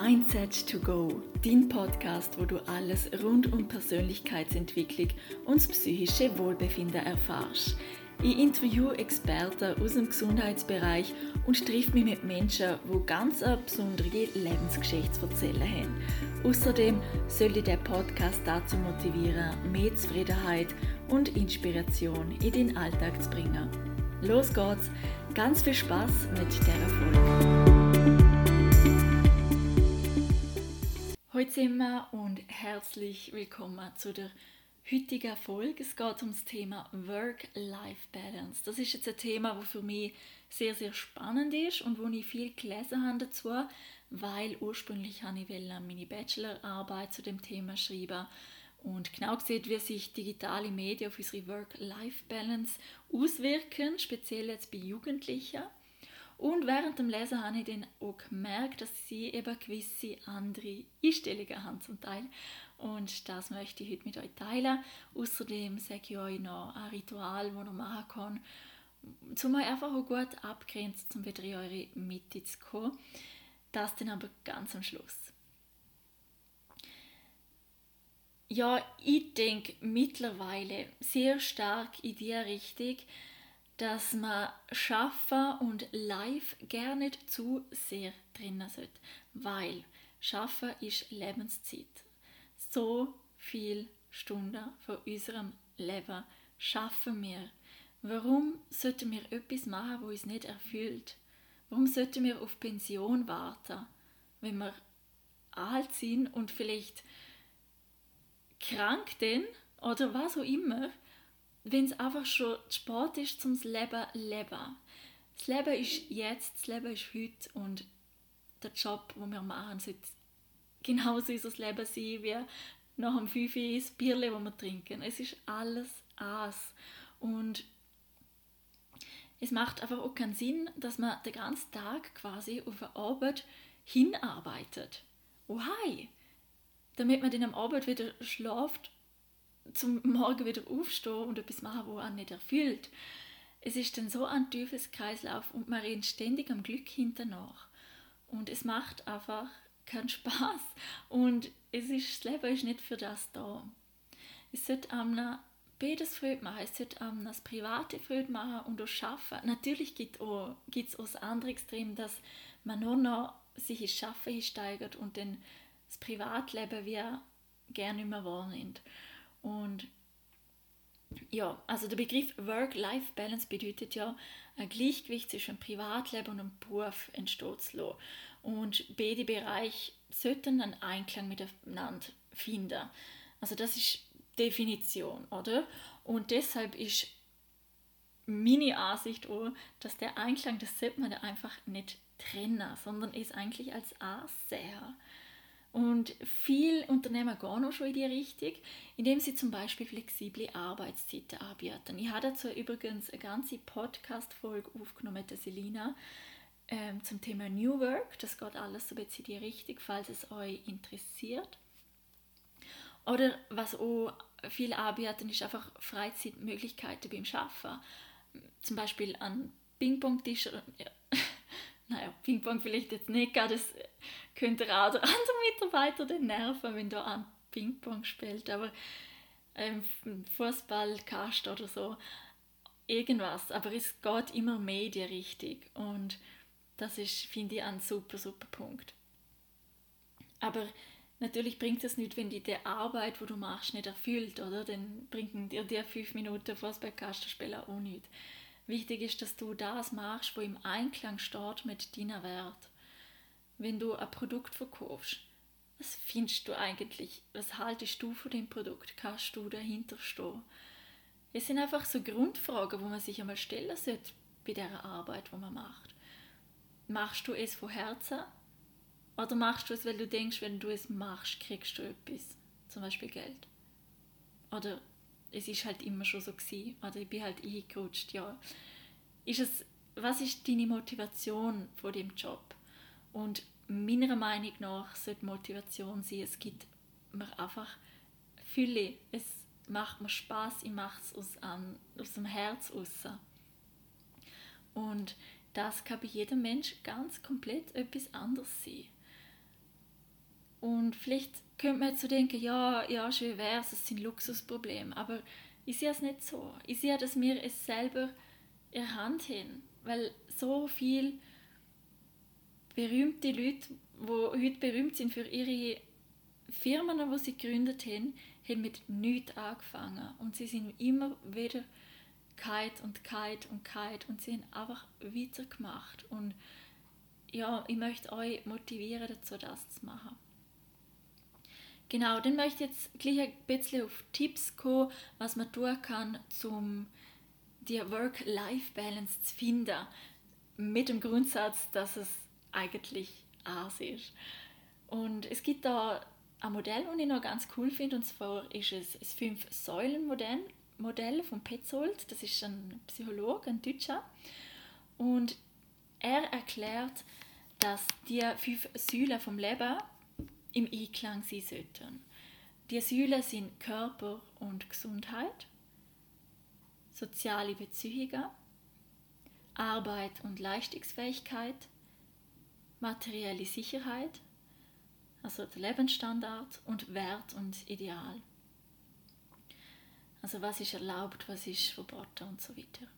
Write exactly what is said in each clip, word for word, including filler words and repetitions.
Mindset to go, dein Podcast, wo du alles rund um Persönlichkeitsentwicklung und das psychische Wohlbefinden erfährst. Ich interviewe Experten aus dem Gesundheitsbereich und treffe mich mit Menschen, die ganz eine besondere Lebensgeschichte zu erzählen haben. Außerdem soll dich der Podcast dazu motivieren, mehr Zufriedenheit und Inspiration in den Alltag zu bringen. Los geht's, ganz viel Spaß mit dieser Folge. Hallo zusammen und herzlich willkommen zu der heutigen Folge. Es geht um das Thema Work-Life-Balance. Das ist jetzt ein Thema, das für mich sehr, sehr spannend ist und wo ich viel gelesen habe dazu, weil ursprünglich habe ich meine Bachelorarbeit zu dem Thema schreiben und genau gesehen, wie sich digitale Medien auf unsere Work-Life-Balance auswirken, speziell jetzt bei Jugendlichen. Und während dem Lesen habe ich dann auch gemerkt, dass sie eben gewisse andere Einstellungen haben zum Teil. Und das möchte ich heute mit euch teilen. Außerdem sage ich euch noch ein Ritual, das ihr machen kann, um euch einfach auch gut abgrenzen, um wieder in eure Mitte zu kommen. Das dann aber ganz am Schluss. Ja, ich denke mittlerweile sehr stark in die Richtung, dass man Schaffen und Life gar nicht zu sehr trennen sollte. Weil Schaffen ist Lebenszeit. So viele Stunden von unserem Leben schaffen wir. Warum sollten wir etwas machen, das uns nicht erfüllt? Warum sollten wir auf Pension warten, wenn wir alt sind und vielleicht krank sind oder was auch immer? Wenn es einfach schon Sport ist, zum Leben leben. Das Leben ist jetzt, das Leben ist heute und der Job, den wir machen, sollte genauso unser Leben sein wie nach dem fünf Uhr das Bierchen, das wir trinken. Es ist alles eins. Und es macht einfach auch keinen Sinn, dass man den ganzen Tag quasi auf eine Arbeit hinarbeitet. Why? Damit man dann am Abend wieder schläft, zum Morgen wieder aufstehen und etwas machen, das einen nicht erfüllt. Es ist dann so ein Teufelskreislauf und man rennt ständig am Glück hinterher. Und es macht einfach keinen Spaß. Und es ist, das Leben ist nicht für das da. Es sollte einem beides Freude machen. Es sollte einem das private Freude machen und auch arbeiten. Natürlich gibt es auch, auch das andere Extrem, dass man nur noch sich ins Arbeiten steigert und dann das Privatleben wie gerne nicht mehr wahrnimmt. Und ja, also der Begriff Work-Life-Balance bedeutet ja, ein Gleichgewicht zwischen dem Privatleben und dem Beruf entstehen zu lassen. Und beide Bereiche sollten einen Einklang miteinander finden. Also das ist die Definition, oder? Und deshalb ist meine Ansicht auch, dass der Einklang, das sollte man einfach nicht trennen, sondern es eigentlich als eins sehen. Und viele Unternehmen gehen auch schon in die Richtung, indem sie zum Beispiel flexible Arbeitszeiten anbieten. Ich habe dazu übrigens eine ganze Podcast-Folge aufgenommen mit der Selina ähm, zum Thema New Work. Das geht alles so ein bisschen in die Richtung, falls es euch interessiert. Oder was auch viele anbieten, ist einfach Freizeitmöglichkeiten beim Arbeiten. Zum Beispiel an Ping-Pong-Tisch. Ja. Naja, Ping-Pong vielleicht jetzt nicht, das könnte auch der andere Mitarbeiter den nerven, wenn da an Ping-Pong spielt, aber ähm, Fußball, Kasten oder so, irgendwas, aber es geht immer mehr in die Richtung und das ist, finde ich, ein super, super Punkt. Aber natürlich bringt es nichts, wenn dich die Arbeit, die du machst, nicht erfüllt, oder? Dann bringen dir die fünf Minuten Fußball-Kasten spielen auch nichts. Wichtig ist, dass du das machst, was im Einklang steht mit deinem Wert. Wenn du ein Produkt verkaufst, was findest du eigentlich? Was haltest du von dem Produkt? Kannst du dahinter stehen? Es sind einfach so Grundfragen, die man sich einmal stellen sollte bei dieser Arbeit, die man macht. Machst du es von Herzen? Oder machst du es, weil du denkst, wenn du es machst, kriegst du etwas? Zum Beispiel Geld. Oder es ist halt immer schon so gewesen, oder ich bin halt eingerutscht, ja. Ist es, was ist deine Motivation von dem Job? Und meiner Meinung nach sollte Motivation sein, es gibt mir einfach Fülle, es macht mir Spaß, ich mache es aus, um, aus dem Herz raus. Und das kann bei jedem Mensch ganz komplett etwas anderes sein. Und vielleicht könnte man jetzt so denken, ja, ja, schön wär's, es sind Luxusprobleme. Aber ich sehe es nicht so. Ich sehe, dass wir es selber in der Hand haben. Weil so viele berühmte Leute, die heute berühmt sind für ihre Firmen, die sie gegründet haben, haben mit nichts angefangen. Und sie sind immer wieder kite und kite und kite und sie haben einfach weitergemacht. Und ja, ich möchte euch motivieren dazu, das zu machen. Genau, dann möchte ich jetzt gleich ein bisschen auf Tipps kommen, was man tun kann, um die Work-Life-Balance zu finden. Mit dem Grundsatz, dass es eigentlich Arsch ist. Und es gibt da ein Modell, das ich noch ganz cool finde, und zwar ist es das Fünf-Säulen-Modell Modell von Petzold. Das ist ein Psychologe, ein Deutscher. Und er erklärt, dass die fünf Säulen vom Leben im Einklang sein sollten. Die Säulen sind Körper und Gesundheit, soziale Beziehungen, Arbeit und Leistungsfähigkeit, materielle Sicherheit, also der Lebensstandard, und Wert und Ideal. Also was ist erlaubt, was ist verboten und so weiter.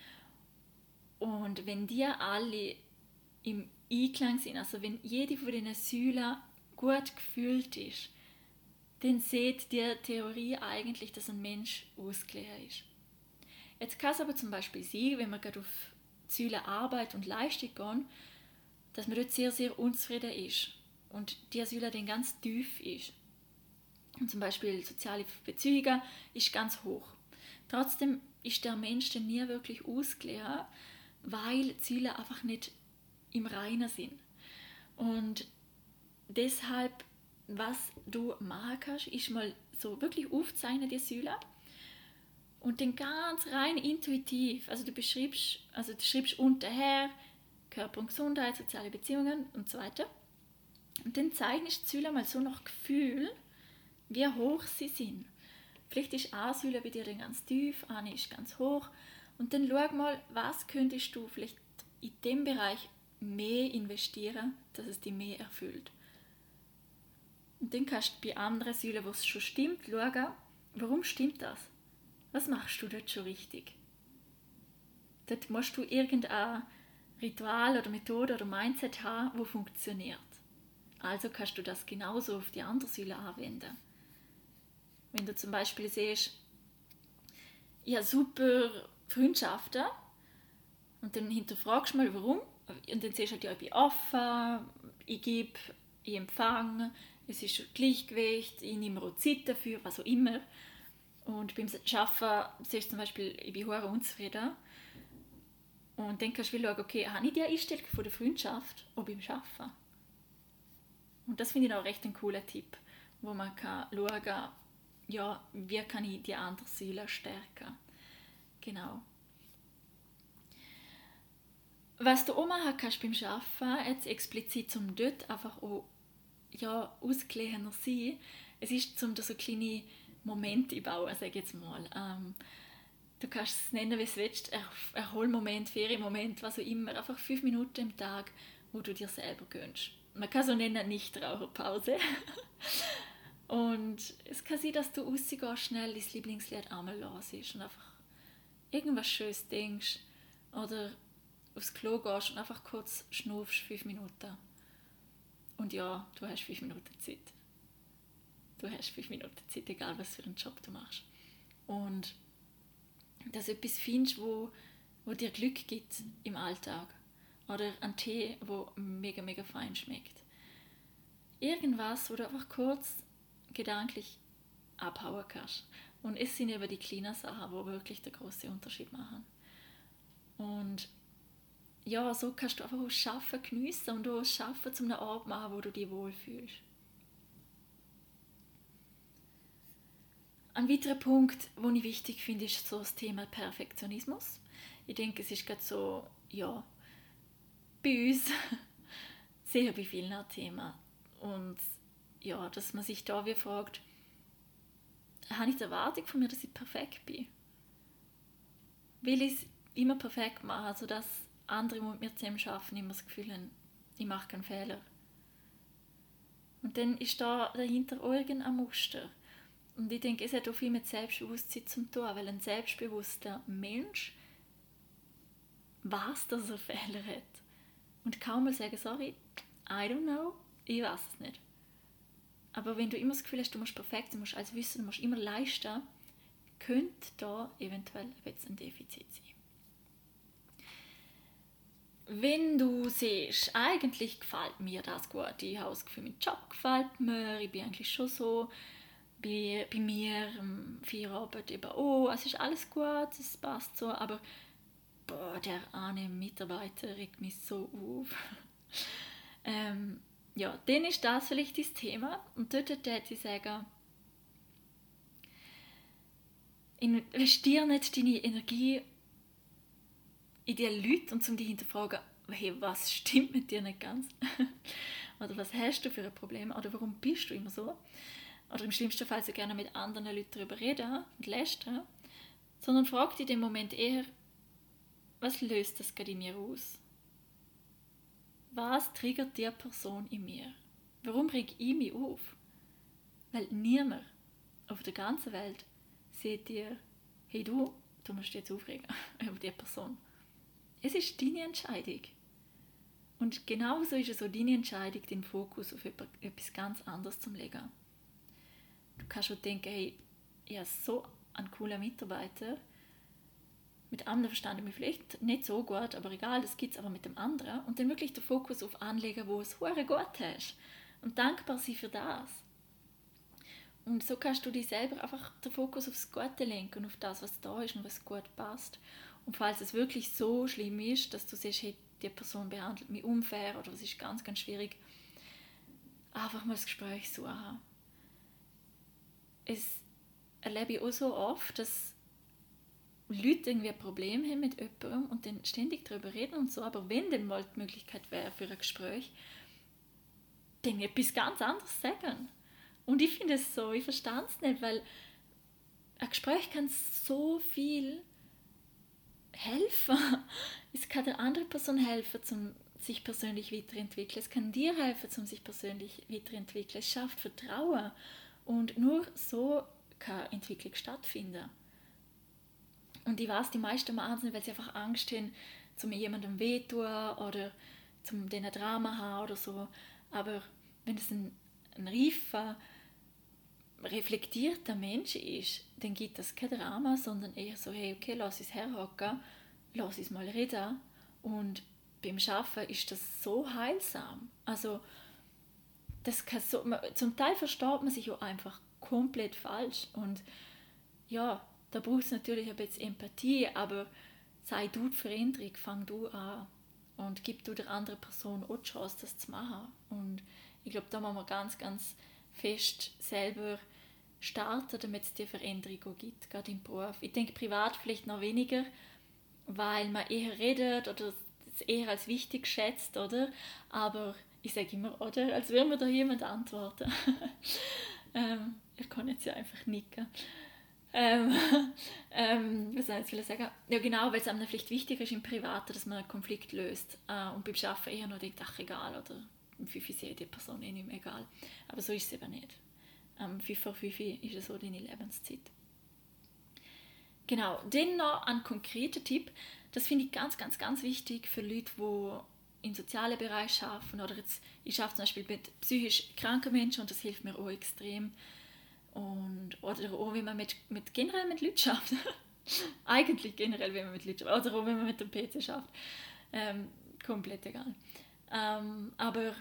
Und wenn die alle im Einklang sind, also wenn jede von diesen Säulen gut gefühlt ist, dann sieht die Theorie eigentlich, dass ein Mensch ausgeglichen ist. Jetzt kann es aber zum Beispiel sein, wenn wir gerade auf die Säulen Arbeit und Leistung gehen, dass man dort sehr, sehr unzufrieden ist und die Säule dann ganz tief ist. Und zum Beispiel soziale Beziehungen ist ganz hoch. Trotzdem ist der Mensch dann nie wirklich ausgeglichen, weil die Säulen einfach nicht im Reinen sind. Und deshalb, was du machen kannst, ist mal so wirklich aufzeichnen, die Säulen. Und dann ganz rein intuitiv, also du beschreibst, also du schreibst unterher Körper und Gesundheit, soziale Beziehungen und so weiter. Und dann zeichnest du die Säulen mal so nach Gefühl, wie hoch sie sind. Vielleicht ist eine Säule bei dir dann ganz tief, eine ist ganz hoch. Und dann schau mal, was könntest du vielleicht in dem Bereich mehr investieren, dass es dich mehr erfüllt. Und dann kannst du bei anderen Säulen, wo es schon stimmt, schauen, warum stimmt das? Was machst du dort schon richtig? Dort musst du irgendein Ritual oder Methode oder Mindset haben, das funktioniert. Also kannst du das genauso auf die andere Säule anwenden. Wenn du zum Beispiel siehst, ich habe super Freundschaften und dann hinterfragst du mal, warum. Und dann siehst du halt, ja, ich bin offen, ich gebe, ich empfange, es ist Gleichgewicht, ich nehme auch Zeit dafür, was auch immer. Und beim Arbeiten siehst du zum Beispiel, ich bin sehr unzufrieden. Und dann kannst du schauen, okay, habe ich die Einstellung von der Freundschaft auch beim Arbeiten? Und das finde ich auch recht ein cooler Tipp, wo man kann schauen kann, ja, wie kann ich die andere Säule stärken. Genau. Was du auch machen kannst beim Arbeiten, jetzt explizit zum dort einfach auch ja, ausgeglichener sein, es ist, um da so kleine Momente einbauen, sage ich jetzt mal. Ähm, du kannst es nennen, wie du willst, er Erholmoment, Ferienmoment, was auch immer, einfach fünf Minuten im Tag, wo du dir selber gönnst. Man kann so nennen, Nichtraucherpause. Und es kann sein, dass du rausgehst, schnell dein Lieblingslied einmal hörst und einfach irgendwas Schönes denkst oder aufs Klo gehst und einfach kurz schnaufst, fünf Minuten. Und ja, du hast fünf Minuten Zeit. Du hast fünf Minuten Zeit, egal was für einen Job du machst. Und dass du etwas findest, wo, wo dir Glück gibt im Alltag. Oder einen Tee, der mega, mega fein schmeckt. Irgendwas, wo du einfach kurz gedanklich abhauen kannst. Und es sind eben die kleinen Sachen, die wirklich den grossen Unterschied machen. Und ja, so kannst du einfach auch das Arbeiten geniessen und auch das Arbeiten zu einem Ort machen, wo du dich wohlfühlst. Ein weiterer Punkt, den ich wichtig finde, ist so das Thema Perfektionismus. Ich denke, es ist gerade so, ja, bei uns sehr bei vielen Themen. Und ja, dass man sich da wie fragt, habe ich die Erwartung von mir, dass ich perfekt bin? Will ich es immer perfekt machen, sodass andere, die mit mir zusammen arbeiten, immer das Gefühl haben, ich mache keinen Fehler? Und dann ist da dahinter auch irgendein Muster. Und ich denke, es hat auch viel mit Selbstbewusstsein zu tun, weil ein selbstbewusster Mensch weiß, dass er Fehler hat. Und kaum mal sagen, sorry, I don't know, ich weiß es nicht. Aber wenn du immer das Gefühl hast, du musst perfekt, du musst alles wissen, du musst immer leisten, könnte da eventuell ein Defizit sein. Wenn du siehst, eigentlich gefällt mir das gut, ich habe das Gefühl, mein Job gefällt mir, ich bin eigentlich schon so, bei, bei mir am Feierabend eben, oh, es ist alles gut, es passt so, aber boah, der eine Mitarbeiter regt mich so auf. ähm, ja, dann ist das vielleicht das Thema und dort würde ich sagen, investiere nicht deine Energie in die Leute und um dich hinterfragen, hey, was stimmt mit dir nicht ganz? Oder was hast du für ein Problem? Oder warum bist du immer so? Oder im schlimmsten Fall so gerne mit anderen Leuten darüber reden und lästern. Sondern frag dich in dem Moment eher, was löst das gerade in mir aus? Was triggert die Person in mir? Warum reg ich mich auf? Weil niemand auf der ganzen Welt sieht dir, hey du, du musst dich jetzt aufregen über die Person. Es ist deine Entscheidung. Und genauso ist es auch deine Entscheidung, den Fokus auf etwas ganz anderes zu legen. Du kannst schon denken, hey, ich habe so einen coolen Mitarbeiter, mit anderen verstanden mich vielleicht nicht so gut, aber egal, das gibt es aber mit dem anderen. Und dann wirklich den Fokus auf anlegen, wo es hure gut hast. Und dankbar sein für das. Und so kannst du dich selber einfach den Fokus aufs Gute lenken und auf das, was da ist und was gut passt. Und falls es wirklich so schlimm ist, dass du siehst, hey, die Person behandelt mich unfair oder es ist ganz, ganz schwierig, einfach mal das Gespräch suchen. Es erlebe ich auch so oft, dass Leute irgendwie ein Problem haben mit jemandem und dann ständig darüber reden und so, aber wenn dann mal die Möglichkeit wäre für ein Gespräch, dann etwas ganz anderes sagen. Und ich finde es so, ich verstehe es nicht, weil ein Gespräch kann so viel helfen. Es kann der anderen Person helfen, um sich persönlich weiterentwickeln. Es kann dir helfen, um sich persönlich weiterentwickeln. Es schafft Vertrauen. Und nur so kann Entwicklung stattfinden. Und ich weiß, die meisten machen es, weil sie einfach Angst haben, zum jemandem wehtun oder zum den Drama haben oder so. Aber wenn es ein, ein reifer, reflektierter Mensch ist, dann gibt das kein Drama, sondern eher so, hey, okay, lass es herhocken, lass es mal reden. Und beim Arbeiten ist das so heilsam. Also, das kann so, zum Teil versteht man sich auch einfach komplett falsch. Und ja, da braucht es natürlich ein bisschen Empathie, aber sei du die Veränderung, fang du an und gib du der anderen Person auch die Chance, das zu machen. Und ich glaube, da muss man ganz, ganz fest selber starten, damit es die Veränderung auch gibt, gerade im Beruf. Ich denke, privat vielleicht noch weniger, weil man eher redet oder es eher als wichtig schätzt, oder? Aber ich sage immer, oder? Als würde mir da jemand antworten. ähm, ich kann jetzt ja einfach nicken. Ähm, ähm, was soll ich jetzt sagen? Ja genau, weil es einem vielleicht wichtiger ist im Privaten, dass man einen Konflikt löst äh, und beim Arbeiten eher noch denkt, ach egal, oder um fünf Uhr sehe die Person eh nicht mehr, egal. Aber so ist es eben nicht. Um fünf vor fünf ist es so deine Lebenszeit. Genau, dann noch ein konkreter Tipp, das finde ich ganz, ganz, ganz wichtig für Leute, die im sozialen Bereich arbeiten oder jetzt, ich arbeite zum Beispiel mit psychisch kranken Menschen und das hilft mir auch extrem. Und, oder auch, wenn man mit, mit, generell mit Leuten schafft. Eigentlich generell, wenn man mit Leuten schafft. Oder auch, wenn man mit dem P C schafft. Ähm, komplett egal. Ähm, aber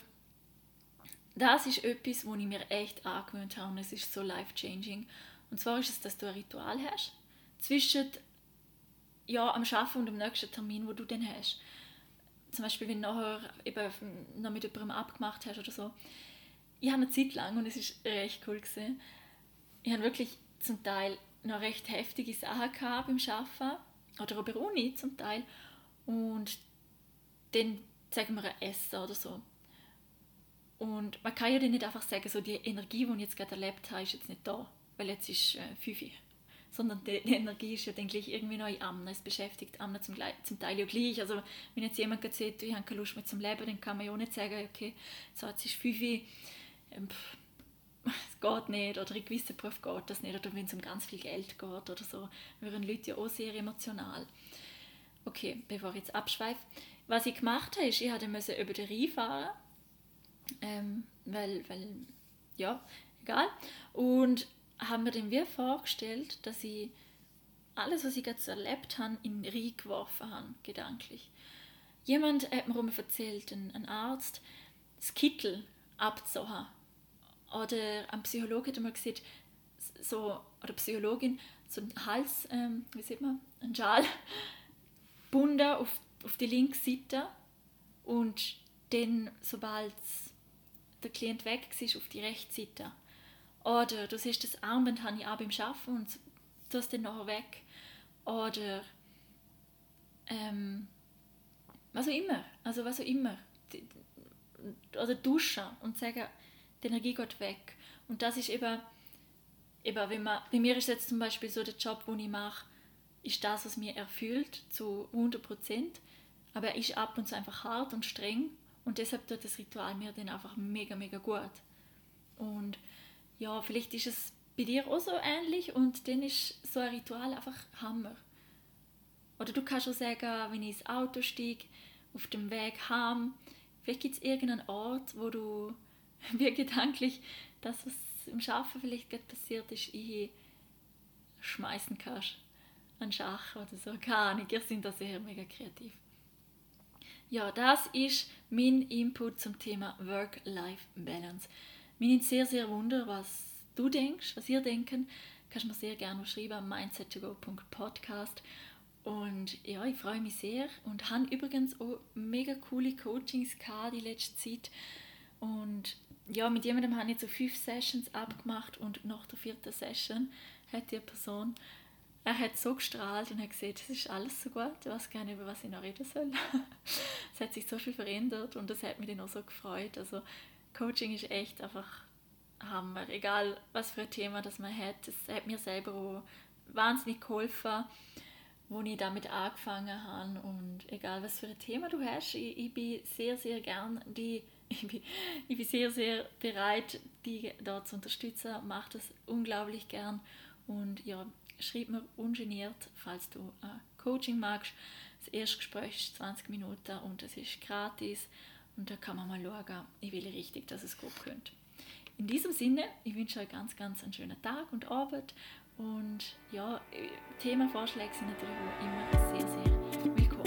das ist etwas, was ich mir echt angewöhnt habe und es ist so life-changing. Und zwar ist es, dass du ein Ritual hast zwischen ja, am Arbeiten und dem nächsten Termin, wo du dann hast. Zum Beispiel, wenn du nachher eben noch mit jemandem abgemacht hast oder so. Ich habe eine Zeit lang, und es war recht cool gewesen, ich habe wirklich zum Teil noch recht heftige Sachen gehabt beim Arbeiten oder auch bei der Uni zum Teil und dann sagen wir ein Essen oder so. Und man kann ja dann nicht einfach sagen, so die Energie, die ich jetzt gerade erlebt habe, ist jetzt nicht da, weil jetzt ist äh, fünf Uhr. Sondern die, die Energie ist ja dann gleich irgendwie noch in Amna, es beschäftigt Amna zum, zum Teil ja gleich. Also wenn jetzt jemand sagt, ich habe keine Lust mehr zum Leben, dann kann man ja auch nicht sagen, okay, so jetzt ist fünf Uhr, ähm, pff, es geht nicht oder in gewissen Berufen geht das nicht oder wenn es um ganz viel Geld geht oder so, wären Leute ja auch sehr emotional. Okay, bevor ich jetzt abschweife. Was ich gemacht habe, ist, ich musste über den Rhein fahren, ähm, weil, weil, ja, egal. Und habe mir dann wie vorgestellt, dass ich alles, was ich gerade so erlebt habe, in den Rhein geworfen habe, gedanklich. Jemand hat mir erzählt, ein, ein Arzt, das Kittel abzuhaben. Oder ein Psychologe hat mal gesagt, so, oder Psychologin, so einen Hals, ähm, wie sieht man, einen Schal, bunden auf, auf die linke Seite und dann, sobald der Klient weg ist, auf die rechte Seite. Oder du siehst, das Armband habe ich auch beim Arbeiten und du hast dann nachher weg. Oder ähm, was auch immer. Also was auch immer. Oder duschen und sagen, die Energie geht weg. Und das ist eben, eben wenn man, bei mir ist jetzt zum Beispiel so der Job, den ich mache, ist das, was mir erfüllt, zu hundert Prozent. Aber er ist ab und zu einfach hart und streng und deshalb tut das Ritual mir dann einfach mega, mega gut. Und ja, vielleicht ist es bei dir auch so ähnlich und dann ist so ein Ritual einfach Hammer. Oder du kannst auch sagen, wenn ich ins Auto steige, auf dem Weg heim, vielleicht gibt es irgendeinen Ort, wo du wie gedanklich das, was im Arbeiten vielleicht gerade passiert ist, ich schmeißen kannst. An Schach oder so, keine Ahnung, ihr seid da sehr mega kreativ. Ja, das ist mein Input zum Thema Work-Life-Balance. Mir nimmt sehr, sehr wunder, was du denkst, was ihr denken. Kannst du mir sehr gerne schreiben am mindset to go punkt podcast. Und ja, ich freue mich sehr und habe übrigens auch mega coole Coachings gehabt die letzte Zeit. Und ja, mit jemandem habe ich jetzt so fünf Sessions abgemacht und nach der vierten Session hat die Person, er hat so gestrahlt und hat gesagt, es ist alles so gut, ich weiß gar nicht, über was ich noch reden soll. Es hat sich so viel verändert und das hat mich dann auch so gefreut. Also Coaching ist echt einfach Hammer, egal was für ein Thema das man hat. Es hat mir selber auch wahnsinnig geholfen, wo ich damit angefangen habe und egal was für ein Thema du hast, ich, ich bin sehr, sehr gern die, ich bin, ich bin sehr, sehr bereit, dich da zu unterstützen, mache das unglaublich gern und ja, schreib mir ungeniert, falls du ein Coaching magst. Das erste Gespräch ist zwanzig Minuten und es ist gratis und da kann man mal schauen, ich will richtig, dass es gut könnte. In diesem Sinne, ich wünsche euch ganz, ganz einen schönen Tag und Abend und ja, Themenvorschläge sind natürlich auch immer sehr, sehr willkommen.